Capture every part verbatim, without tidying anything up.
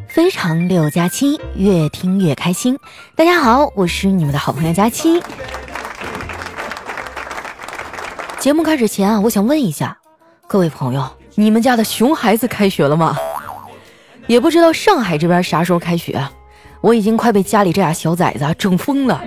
非常六加七，越听越开心。大家好，我是你们的好朋友佳期。节目开始前啊，我想问一下各位朋友，你们家的熊孩子开学了吗？也不知道上海这边啥时候开学，我已经快被家里这俩小崽子整疯了。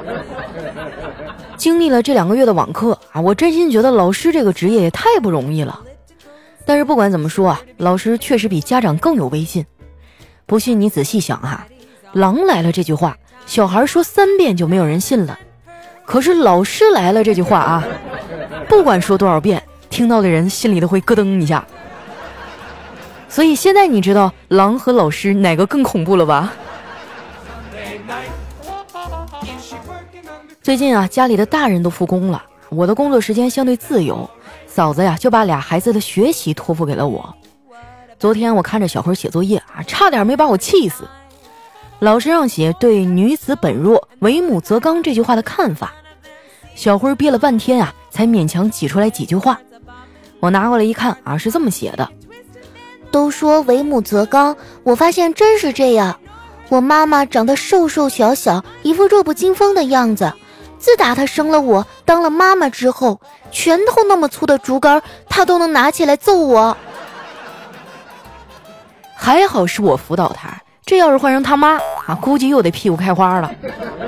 经历了这两个月的网课啊，我真心觉得老师这个职业也太不容易了。但是不管怎么说啊，老师确实比家长更有威信。不信你仔细想啊，狼来了这句话，小孩说三遍就没有人信了。可是老师来了这句话啊，不管说多少遍，听到的人心里都会咯噔一下。所以现在你知道狼和老师哪个更恐怖了吧？最近啊，家里的大人都复工了，我的工作时间相对自由，嫂子呀就把俩孩子的学习托付给了我。昨天我看着小辉写作业啊，差点没把我气死。老师让写对女子本弱，为母则刚这句话的看法。小辉憋了半天啊，才勉强挤出来几句话。我拿过来一看啊，是这么写的： 都说为母则刚，我发现真是这样。我妈妈长得瘦瘦小小，一副弱不禁风的样子。自打她生了我，当了妈妈之后，拳头那么粗的竹竿，她都能拿起来揍我。 还好是我辅导她，这要是换成她妈啊，估计又得屁股开花了。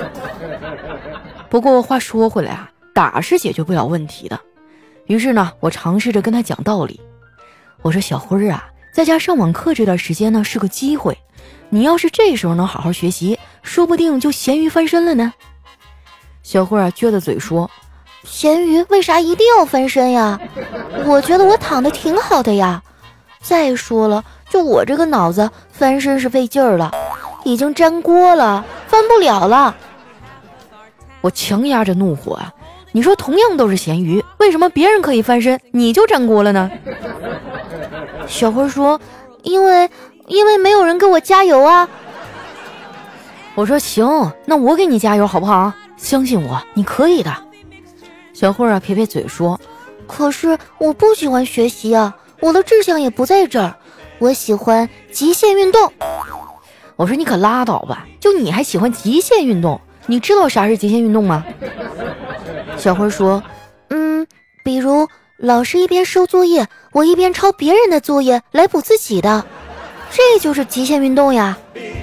不过话说回来啊，打是解决不了问题的。于是呢，我尝试着跟她讲道理。我说小辉啊，在家上网课这段时间呢是个机会，你要是这时候能好好学习，说不定就咸鱼翻身了呢。小辉啊撅着嘴说， 咸鱼为啥一定要翻身呀？我觉得我躺得挺好的呀。再说了，就我这个脑子，翻身是费劲儿了，已经粘锅了，翻不了了。 我强压着怒火啊，你说同样都是咸鱼，为什么别人可以翻身，你就粘锅了呢？ 小辉说，因为因为没有人给我加油啊。 我说行，那我给你加油好不好？相信我，你可以的。小辉啊撇撇嘴说， 可是我不喜欢学习啊，我的志向也不在这儿，我喜欢极限运动。 我说你可拉倒吧，就你还喜欢极限运动？你知道啥是极限运动吗？ 小辉说，嗯，比如老师一边收作业，我一边抄别人的作业来补自己的，这就是极限运动呀。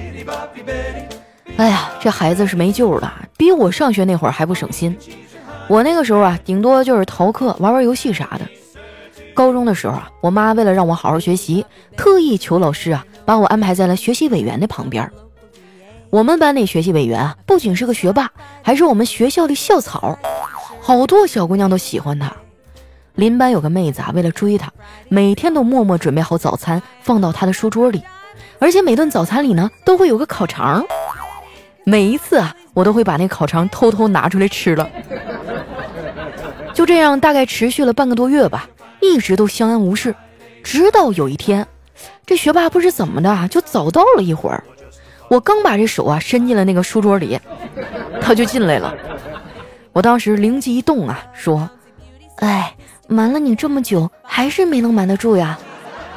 哎呀，这孩子是没救了，比我上学那会儿还不省心。我那个时候啊，顶多就是逃课玩玩游戏啥的。高中的时候啊，我妈为了让我好好学习，特意求老师啊，把我安排在了学习委员的旁边。我们班那学习委员啊，不仅是个学霸，还是我们学校的校草，好多小姑娘都喜欢他。邻班有个妹子啊，为了追他，每天都默默准备好早餐放到他的书桌里，而且每顿早餐里呢都会有个烤肠。每一次啊，我都会把那烤肠偷偷拿出来吃了。就这样大概持续了半个多月吧，一直都相安无事。直到有一天，这学霸不知怎么的就早到了一会儿，我刚把这手啊伸进了那个书桌里，他就进来了。我当时灵机一动啊，说， 哎，瞒了你这么久，还是没能瞒得住呀。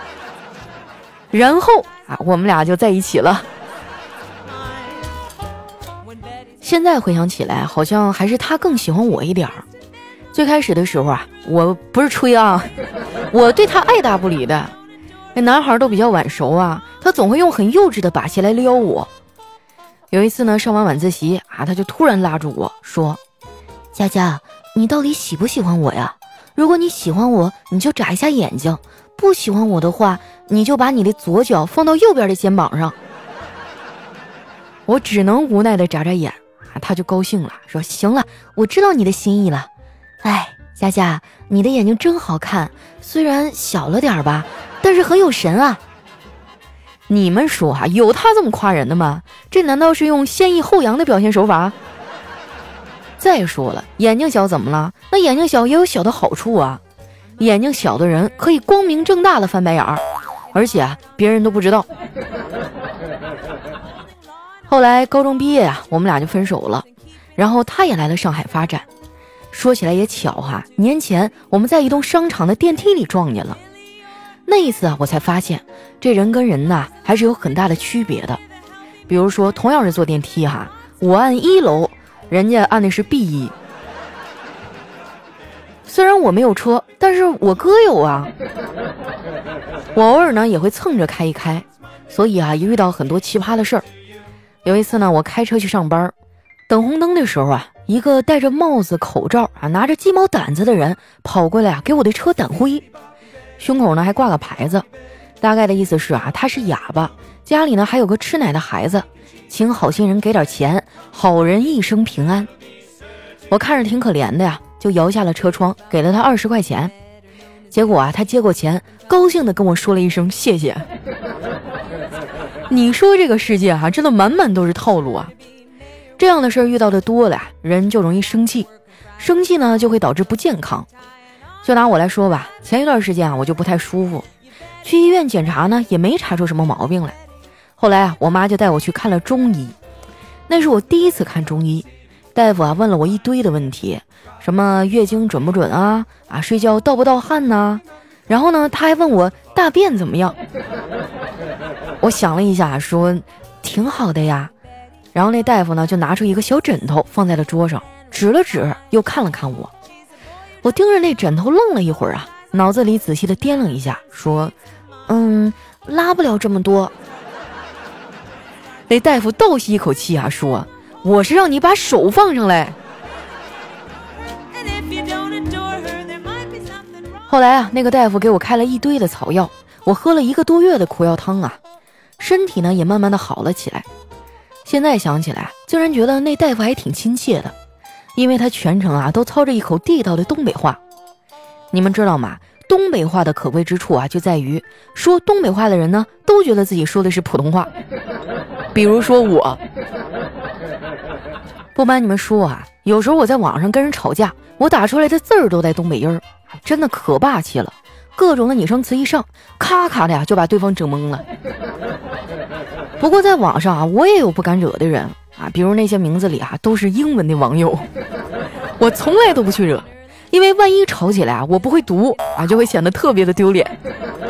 然后啊，我们俩就在一起了。现在回想起来，好像还是他更喜欢我一点儿。最开始的时候啊，我不是吹啊，我对他爱答不理的。那男孩都比较晚熟啊，他总会用很幼稚的把戏来撩我。有一次呢，上完晚自习啊，他就突然拉住我说， 佳佳，你到底喜不喜欢我呀？如果你喜欢我，你就眨一下眼睛；不喜欢我的话，你就把你的左脚放到右边的肩膀上。 我只能无奈的眨眨眼，他就高兴了，说行了，我知道你的心意了。 哎，佳佳，你的眼睛真好看，虽然小了点吧，但是很有神啊。 你们说啊，有他这么夸人的吗？这难道是用先抑后扬的表现手法？再说了，眼睛小怎么了？那眼睛小也有小的好处啊。眼睛小的人可以光明正大的翻白眼儿，而且啊，别人都不知道。后来高中毕业啊，我们俩就分手了，然后他也来了上海发展。说起来也巧哈，年前我们在一栋商场的电梯里撞见了。 那一次啊，我才发现这人跟人呐还是有很大的区别的。比如说同样是坐电梯哈，我按一楼，人家按的是 B 一。虽然我没有车，但是我哥有啊。我偶尔呢也会蹭着开一开，所以啊也遇到很多奇葩的事儿。有一次呢，我开车去上班，等红灯的时候啊，一个戴着帽子口罩啊拿着鸡毛掸子的人跑过来啊给我的车掸灰，胸口呢还挂个牌子，大概的意思是啊他是哑巴，家里呢还有个吃奶的孩子，请好心人给点钱，好人一生平安。我看着挺可怜的呀，就摇下了车窗给了他二十块钱。结果啊他接过钱，高兴地跟我说了一声谢谢。你说这个世界啊真的满满都是套路啊。这样的事儿遇到的多了呀，人就容易生气，生气呢就会导致不健康。就拿我来说吧，前一段时间啊我就不太舒服，去医院检查呢也没查出什么毛病来。后来啊我妈就带我去看了中医，那是我第一次看中医。大夫啊问了我一堆的问题，什么月经准不准啊，啊睡觉盗不盗汗呐、啊，然后呢他还问我大便怎么样。我想了一下说挺好的呀，然后那大夫呢就拿出一个小枕头放在了桌上，指了指又看了看我。我盯着那枕头愣了一会儿啊，脑子里仔细的掂了一下，说嗯拉不了这么多。那大夫倒吸一口气啊，说我是让你把手放上来。后来啊那个大夫给我开了一堆的草药，我喝了一个多月的苦药汤啊，身体呢也慢慢的好了起来。现在想起来竟然觉得那大夫还挺亲切的，因为他全程啊都操着一口地道的东北话。你们知道吗？东北话的可贵之处啊就在于说东北话的人呢都觉得自己说的是普通话。比如说我，不瞒你们说啊，有时候我在网上跟人吵架，我打出来的字儿都带东北音儿，真的可霸气了。各种的拟声词一上，咔咔的呀就把对方整懵了。不过在网上啊，我也有不敢惹的人啊，比如那些名字里啊都是英文的网友，我从来都不去惹，因为万一吵起来啊，我不会读啊，就会显得特别的丢脸。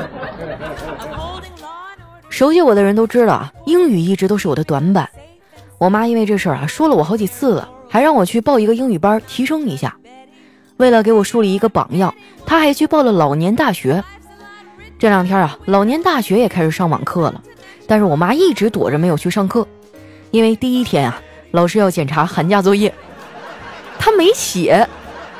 熟悉我的人都知道啊，英语一直都是我的短板。我妈因为这事儿啊说了我好几次了，还让我去报一个英语班提升一下。为了给我树立一个榜样，她还去报了老年大学。这两天啊，老年大学也开始上网课了，但是我妈一直躲着没有去上课，因为第一天啊，老师要检查寒假作业，她没写。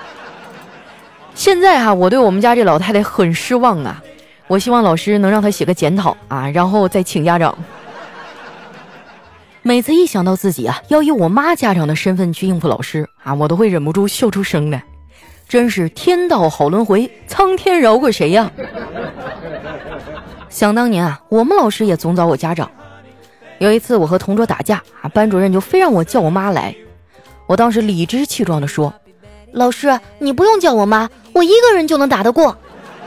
现在哈、啊，我对我们家这老太太很失望啊。我希望老师能让她写个检讨啊，然后再请家长。每次一想到自己啊要以我妈家长的身份去应付老师啊，我都会忍不住笑出声来。真是天道好轮回，苍天饶过谁呀、啊！想当年啊，我们老师也总找我家长。有一次我和同桌打架啊，班主任就非让我叫我妈来。我当时理直气壮地说：“老师，你不用叫我妈，我一个人就能打得过。”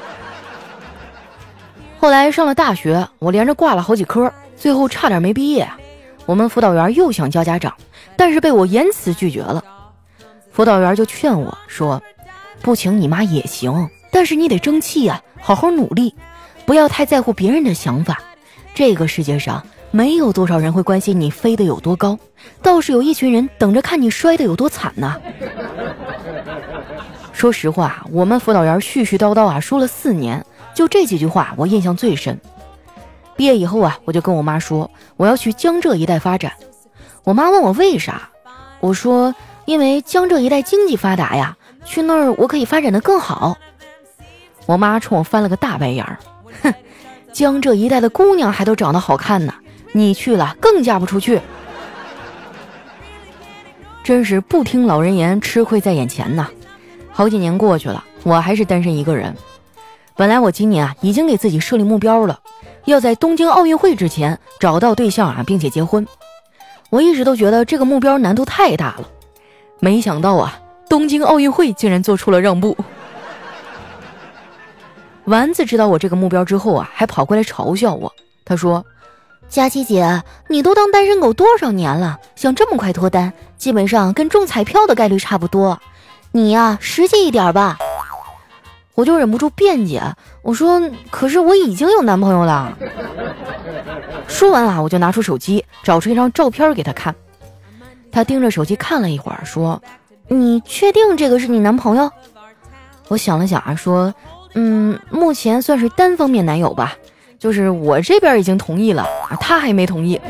后来上了大学，我连着挂了好几科，最后差点没毕业。我们辅导员又想叫家长，但是被我严词拒绝了。辅导员就劝我说：“不请你妈也行，但是你得争气啊，好好努力，不要太在乎别人的想法。这个世界上没有多少人会关心你飞得有多高，倒是有一群人等着看你摔得有多惨呢、啊。”说实话，我们辅导员絮絮叨叨啊说了四年，就这几句话我印象最深。毕业以后啊，我就跟我妈说我要去江浙一带发展。我妈问我为啥，我说因为江浙一带经济发达呀，去那儿我可以发展得更好。我妈冲我翻了个大白眼儿，哼，江浙一带的姑娘还都长得好看呢，你去了更嫁不出去。真是不听老人言，吃亏在眼前呐。好几年过去了，我还是单身一个人。本来我今年啊已经给自己设立目标了，要在东京奥运会之前找到对象啊，并且结婚。我一直都觉得这个目标难度太大了，没想到啊，东京奥运会竟然做出了让步。丸子知道我这个目标之后啊，还跑过来嘲笑我。他说：“佳琪姐，你都当单身狗多少年了，想这么快脱单，基本上跟中彩票的概率差不多。你呀、啊，实际一点吧。” 我就忍不住辩解，我说可是我已经有男朋友了。说完啊，我就拿出手机找出一张照片给他看。他盯着手机看了一会儿，说你确定这个是你男朋友？我想了想啊，说嗯，目前算是单方面男友吧，就是我这边已经同意了，他还没同意。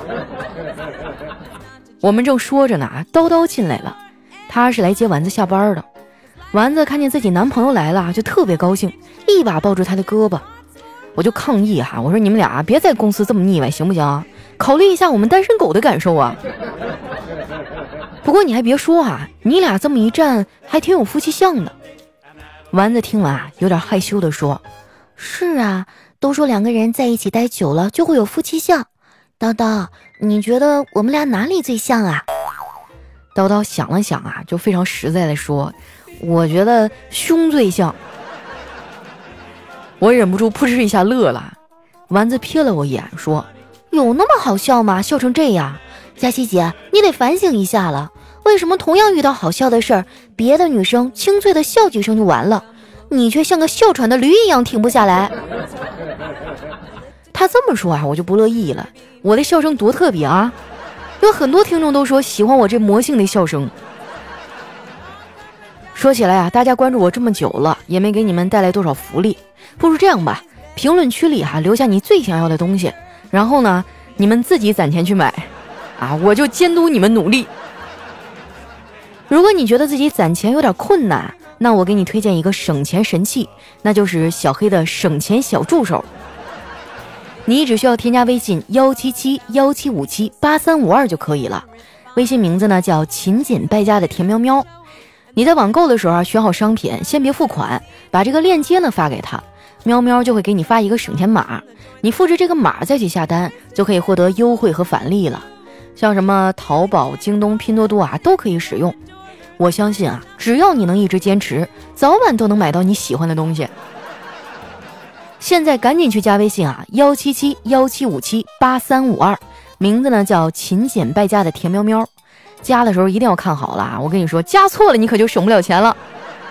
我们正说着呢，叨叨进来了，他是来接丸子下班的。丸子看见自己男朋友来了，就特别高兴，一把抱住他的胳膊。我就抗议哈，我说你们俩别在公司这么腻歪行不行？考虑一下我们单身狗的感受啊。不过你还别说啊，你俩这么一站还挺有夫妻相的。丸子听完啊，有点害羞地说， 是啊，都说两个人在一起待久了就会有夫妻相。叨叨，你觉得我们俩哪里最像啊？ 叨叨想了想啊，就非常实在地说，我觉得胸最像。我忍不住扑哧一下乐了。丸子瞥了我一眼说， 有那么好笑吗？笑成这样。佳琪姐，你得反省一下了，为什么同样遇到好笑的事儿，别的女生清脆的笑几声就完了，你却像个哮喘的驴一样停不下来。 他这么说啊，我就不乐意了。我的笑声多特别啊，有很多听众都说喜欢我这魔性的笑声。说起来啊，大家关注我这么久了，也没给你们带来多少福利，不如这样吧，评论区里哈、啊、留下你最想要的东西，然后呢，你们自己攒钱去买，啊，我就监督你们努力。如果你觉得自己攒钱有点困难，那我给你推荐一个省钱神器，那就是小黑的省钱小助手。你只需要添加微信幺七七幺七五七八三五二就可以了，微信名字呢叫勤俭败家的甜喵喵。你在网购的时候啊，选好商品，先别付款，把这个链接呢发给他，喵喵就会给你发一个省钱码，你复制这个码再去下单，就可以获得优惠和返利了。像什么淘宝、京东、拼多多啊，都可以使用。我相信啊，只要你能一直坚持，早晚都能买到你喜欢的东西。现在赶紧去加微信啊，幺七七幺七五七八三五二，名字呢叫勤俭败家的甜喵喵。加的时候一定要看好了啊！我跟你说，加错了你可就省不了钱了。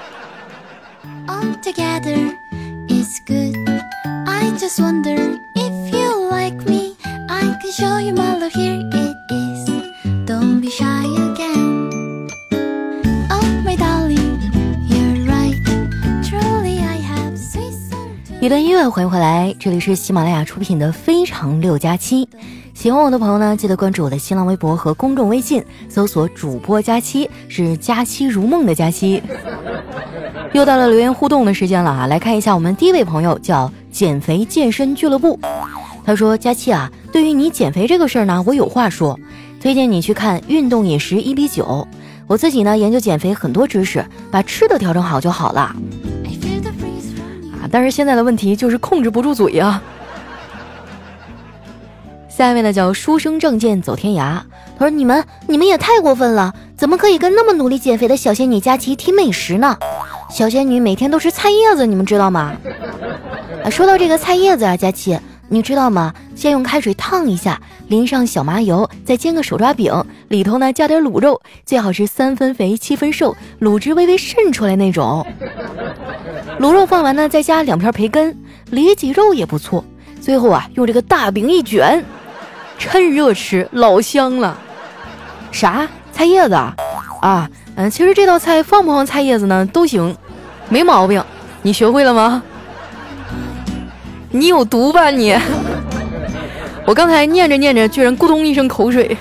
一段音乐欢迎回来，这里是喜马拉雅出品的非常六加七。喜欢我的朋友呢，记得关注我的新浪微博和公众微信，搜索主播佳期，是佳期如梦的佳期。又到了留言互动的时间了啊！来看一下我们第一位朋友叫减肥健身俱乐部，他说，佳期啊，对于你减肥这个事儿呢，我有话说，推荐你去看《运动饮食一比九》，我自己呢研究减肥很多知识，把吃的调整好就好了。啊，但是现在的问题就是控制不住嘴啊。下一位呢叫书生仗剑走天涯，他说，你们你们也太过分了，怎么可以跟那么努力减肥的小仙女佳琪提美食呢？小仙女每天都吃菜叶子，你们知道吗？啊，说到这个菜叶子啊，佳琪你知道吗？先用开水烫一下，淋上小麻油，再煎个手抓饼，里头呢加点卤肉，最好是三分肥七分瘦，卤汁微微渗出来那种。卤肉放完呢，再加两片培根，里脊肉也不错。最后啊，用这个大饼一卷，趁热吃，老香了。啥？菜叶子啊？啊，嗯，其实这道菜放不放菜叶子呢都行，没毛病。你学会了吗？你有毒吧你！我刚才念着念着，居然咕咚一声口水。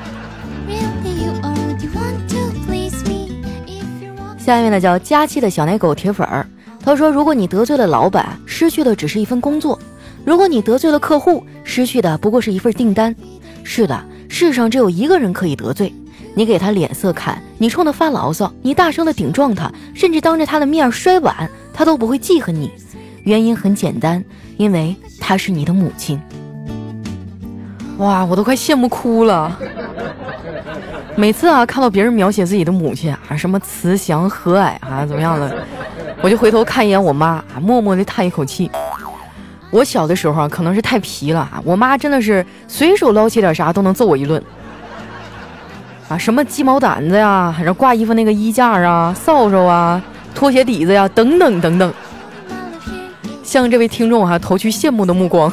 下一位呢叫佳期的小奶狗铁粉儿，他说，如果你得罪了老板，失去的只是一份工作；如果你得罪了客户，失去的不过是一份订单。是的，世上只有一个人可以得罪，你给他脸色看，你冲他发牢骚，你大声的顶撞他，甚至当着他的面摔碗，他都不会记恨你。原因很简单，因为她是你的母亲。哇，我都快羡慕哭了。每次啊看到别人描写自己的母亲啊，什么慈祥和蔼啊怎么样的，我就回头看一眼我妈啊，默默地叹一口气。我小的时候啊可能是太皮了啊，我妈真的是随手捞起点啥都能揍我一顿啊，什么鸡毛掸子呀，还是挂衣服那个衣架啊，扫帚啊，拖鞋底子呀，等等等等。 向这位听众啊投去羡慕的目光。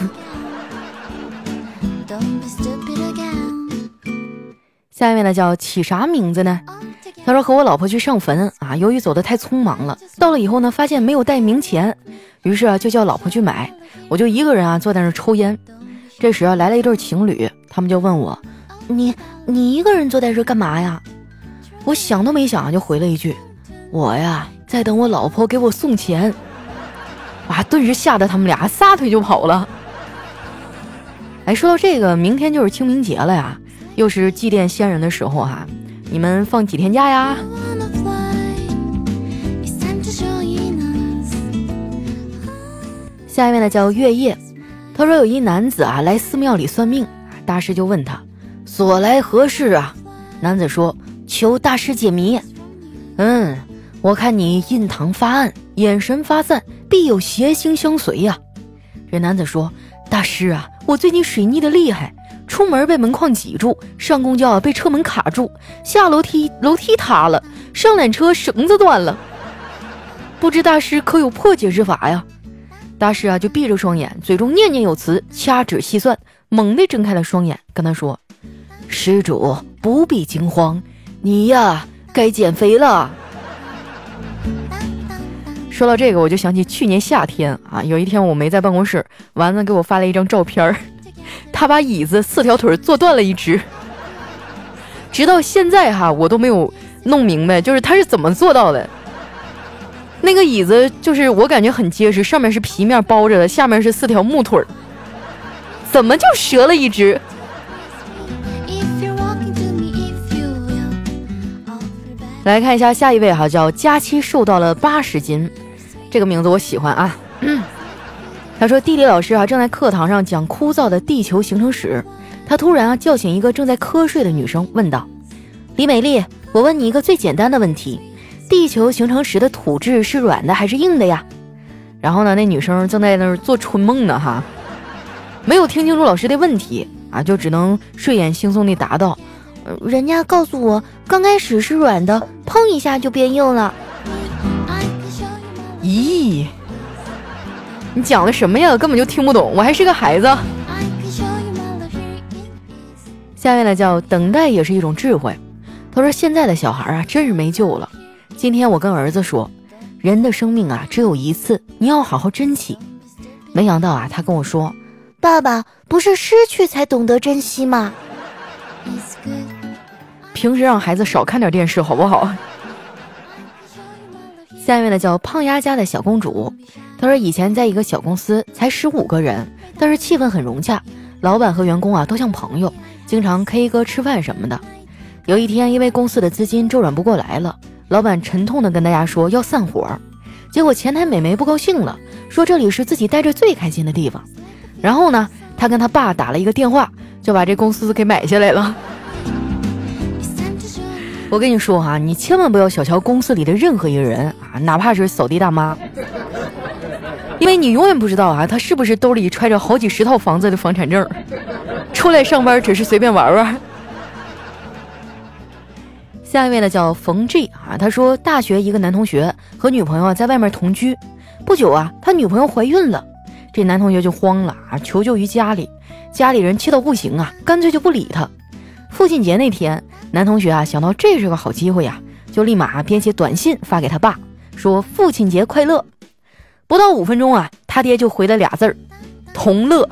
下一位呢叫起啥名字呢？他说和我老婆去上坟啊，由于走得太匆忙了，到了以后呢发现没有带冥钱，于是啊就叫老婆去买，我就一个人啊坐在那抽烟。这时啊来了一对情侣，他们就问我，你你一个人坐在这干嘛呀？我想都没想就回了一句，我呀在等我老婆给我送钱。哇，顿时吓得他们俩撒腿就跑了。哎，说到这个，明天就是清明节了呀，又是祭奠先人的时候哈、啊，你们放几天假呀？下一位呢叫月夜，他说有一男子啊来寺庙里算命，大师就问他所来何事啊？男子说求大师解谜。嗯，我看你印堂发暗，眼神发散，必有邪星相随呀、啊。这男子说大师啊，我最近水逆的厉害，出门被门框挤住，上公交被车门卡住，下楼梯楼梯塌了，上缆车绳子断了，不知大师可有破解之法呀？大师啊就闭着双眼，嘴中念念有词，掐指细算，猛地睁开了双眼，跟他说，施主不必惊慌，你呀该减肥了。说到这个，我就想起去年夏天啊，有一天我没在办公室，丸子给我发了一张照片，他把椅子四条腿坐断了一只，直到现在哈，我都没有弄明白，就是他是怎么做到的。那个椅子就是我感觉很结实，上面是皮面包着的，下面是四条木腿，怎么就折了一只？来看一下下一位哈，叫佳期瘦到了八十斤，这个名字我喜欢啊。嗯、他说地理老师啊正在课堂上讲枯燥的地球形成史，他突然啊叫醒一个正在瞌睡的女生，问道：李美丽，我问你一个最简单的问题，地球形成时的土质是软的还是硬的呀？然后呢，那女生正在那儿做春梦呢哈，没有听清楚老师的问题啊，就只能睡眼惺忪地答道： 呃、人家告诉我刚开始是软的，砰一下就变硬了。 咦，你讲的什么呀？根本就听不懂，我还是个孩子。下面呢叫等待也是一种智慧。他说现在的小孩啊真是没救了。今天我跟儿子说，人的生命啊只有一次，你要好好珍惜。没想到啊他跟我说， 爸爸，不是失去才懂得珍惜吗？ 平时让孩子少看点电视好不好？下面呢叫胖丫家的小公主，她说以前在一个小公司，才十五个人，但是气氛很融洽，老板和员工啊都像朋友，经常 K 歌吃饭什么的。有一天因为公司的资金周转不过来了，老板沉痛地跟大家说要散伙，结果前台美眉不高兴了，说这里是自己待着最开心的地方。然后呢他跟他爸打了一个电话，就把这公司给买下来了。我跟你说哈、啊，你千万不要小瞧公司里的任何一个人啊，哪怕是扫地大妈，因为你永远不知道啊，他是不是兜里揣着好几十套房子的房产证，出来上班只是随便玩玩。下一位呢叫冯 G 啊，他说大学一个男同学和女朋友在外面同居，不久啊，他女朋友怀孕了，这男同学就慌了啊，求救于家里，家里人气到不行啊，干脆就不理他。父亲节那天，男同学啊想到这是个好机会呀、啊，就立马编写短信发给他爸，说父亲节快乐。不到五分钟啊，他爹就回了俩字儿：同乐。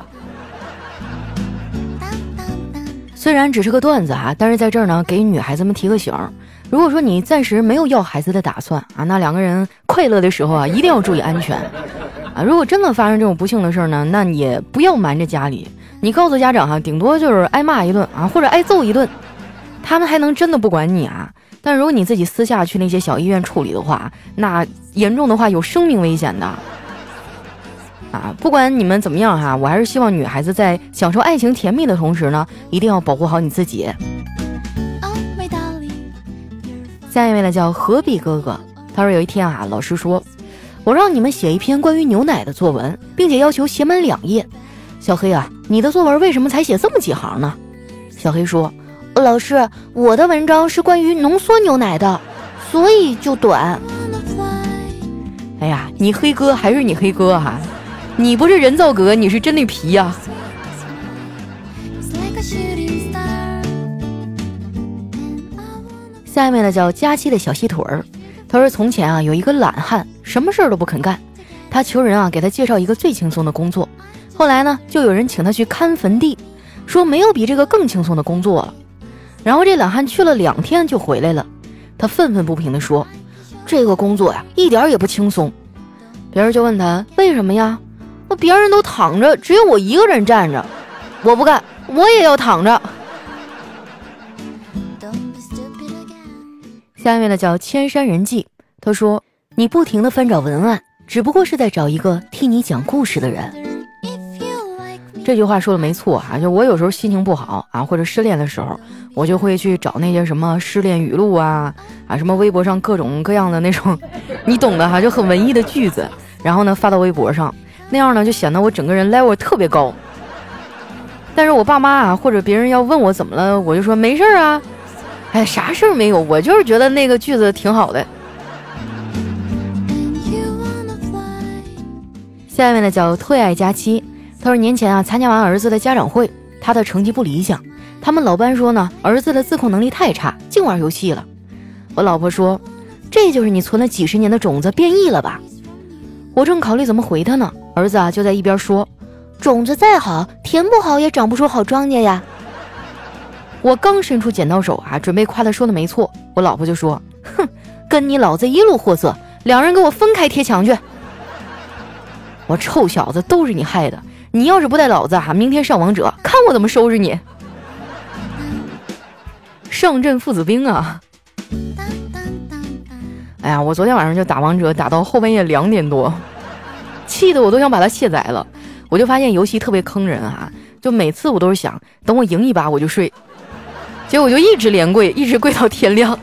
虽然只是个段子啊，但是在这儿呢，给女孩子们提个醒，如果说你暂时没有要孩子的打算啊，那两个人快乐的时候啊，一定要注意安全啊。如果真的发生这种不幸的事呢，那你也不要瞒着家里。你告诉家长哈、啊，顶多就是挨骂一顿啊，或者挨揍一顿，他们还能真的不管你啊？但如果你自己私下去那些小医院处理的话，那严重的话有生命危险的啊！不管你们怎么样哈、啊，我还是希望女孩子在享受爱情甜蜜的同时呢，一定要保护好你自己。下一位呢叫何必哥哥，他说有一天啊，老师说我让你们写一篇关于牛奶的作文，并且要求写满两页。小黑啊，你的作文为什么才写这么几行呢？小黑说， 老师，我的文章是关于浓缩牛奶的，所以就短。 哎呀，你黑哥还是你黑哥哈、啊， 你不是人造革，你是真的皮呀、啊。下面呢叫佳期的小细腿儿，他说从前啊有一个懒汉，什么事儿都不肯干，他求人啊给他介绍一个最轻松的工作，后来呢就有人请他去看坟地，说没有比这个更轻松的工作了。然后这懒汉去了两天就回来了，他愤愤不平地说，这个工作呀一点也不轻松。别人就问他为什么呀？那别人都躺着，只有我一个人站着，我不干，我也要躺着。下面的叫千山人迹，他说你不停地翻找文案，只不过是在找一个替你讲故事的人。这句话说的没错啊，就我有时候心情不好啊，或者失恋的时候，我就会去找那些什么失恋语录啊啊，什么微博上各种各样的那种你懂的哈，就很文艺的句子，然后呢发到微博上，那样呢就显得我整个人 level 特别高。但是我爸妈啊或者别人要问我怎么了，我就说没事啊，哎，啥事儿没有，我就是觉得那个句子挺好的。下面呢叫退爱佳期，他说年前啊参加完儿子的家长会，他的成绩不理想，他们老班说呢儿子的自控能力太差，净玩游戏了。我老婆说这就是你存了几十年的种子变异了吧。我正考虑怎么回他呢，儿子啊就在一边说，种子再好填不好也长不出好庄稼呀。我刚伸出剪刀手啊，准备夸他说的没错，我老婆就说，哼，跟你老子一路货色，两人给我分开贴墙去。我臭小子，都是你害的，你要是不带老子啊，明天上王者，看我怎么收拾你。上阵父子兵啊。哎呀，我昨天晚上就打王者，打到后半夜两点多，气得我都想把它卸载了。我就发现游戏特别坑人啊，就每次我都是想等我赢一把我就睡，结果我就一直连跪，一直跪到天亮。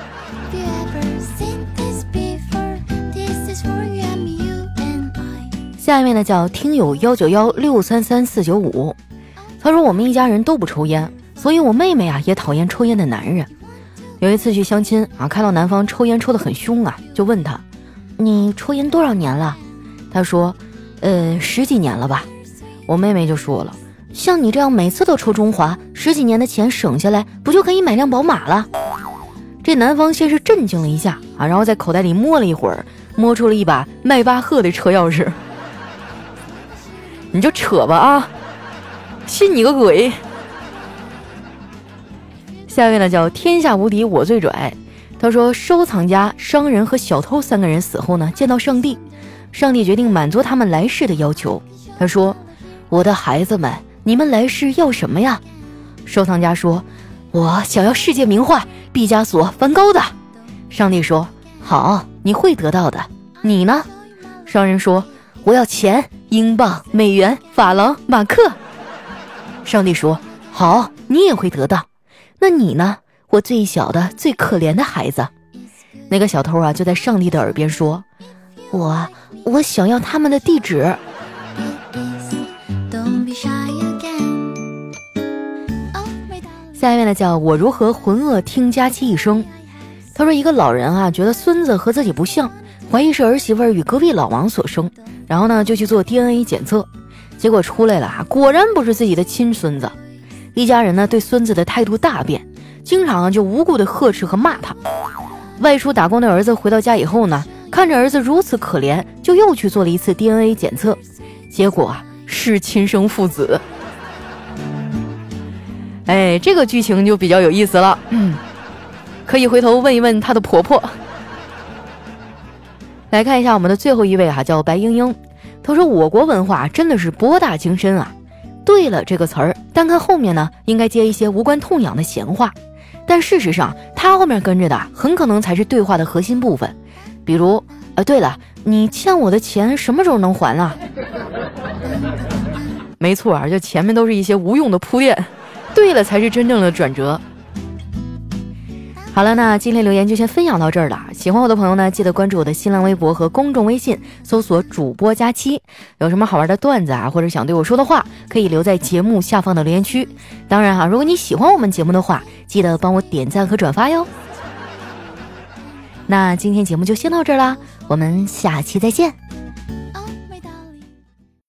下面呢叫听友幺九幺六三三四九五，他说我们一家人都不抽烟，所以我妹妹啊也讨厌抽烟的男人。有一次去相亲啊，看到男方抽烟抽得很凶啊，就问他，你抽烟多少年了？他说呃十几年了吧。我妹妹就说了，像你这样每次都抽中华，十几年的钱省下来不就可以买辆宝马了？这男方先是震惊了一下啊，然后在口袋里摸了一会儿，摸出了一把迈巴赫的车钥匙。你就扯吧啊，信你个鬼。下面呢叫天下无敌我最拽，他说收藏家、商人和小偷三个人死后呢见到上帝，上帝决定满足他们来世的要求。他说，我的孩子们，你们来世要什么呀？收藏家说，我想要世界名画毕加索、梵高的。上帝说，好，你会得到的。你呢？商人说，我要钱，英镑、美元、法郎、马克。上帝说，好，你也会得到。那你呢？我最小的最可怜的孩子。那个小偷啊就在上帝的耳边说，我我想要他们的地址。下面呢叫我如何浑噩听佳期一生。他说一个老人啊觉得孙子和自己不像，怀疑是儿媳妇与隔壁老王所生，然后呢就去做 D N A 检测，结果出来了啊，果然不是自己的亲孙子。一家人呢对孙子的态度大变，经常就无故的呵斥和骂他。外出打工的儿子回到家以后呢，看着儿子如此可怜，就又去做了一次 D N A 检测，结果啊是亲生父子。哎，这个剧情就比较有意思了，嗯，可以回头问一问她的婆婆。来看一下我们的最后一位哈、啊，叫白英英。她说我国文化真的是博大精深啊。对了这个词儿，单看后面呢，应该接一些无关痛痒的闲话，但事实上，它后面跟着的很可能才是对话的核心部分。比如，呃，对了，你欠我的钱什么时候能还啊？没错啊，这前面都是一些无用的铺垫，对了才是真正的转折。好了，那今天留言就先分享到这儿了。喜欢我的朋友呢，记得关注我的新浪微博和公众微信，搜索主播佳期。有什么好玩的段子啊，或者想对我说的话，可以留在节目下方的留言区。当然哈、啊，如果你喜欢我们节目的话，记得帮我点赞和转发哟。那今天节目就先到这儿啦，我们下期再见。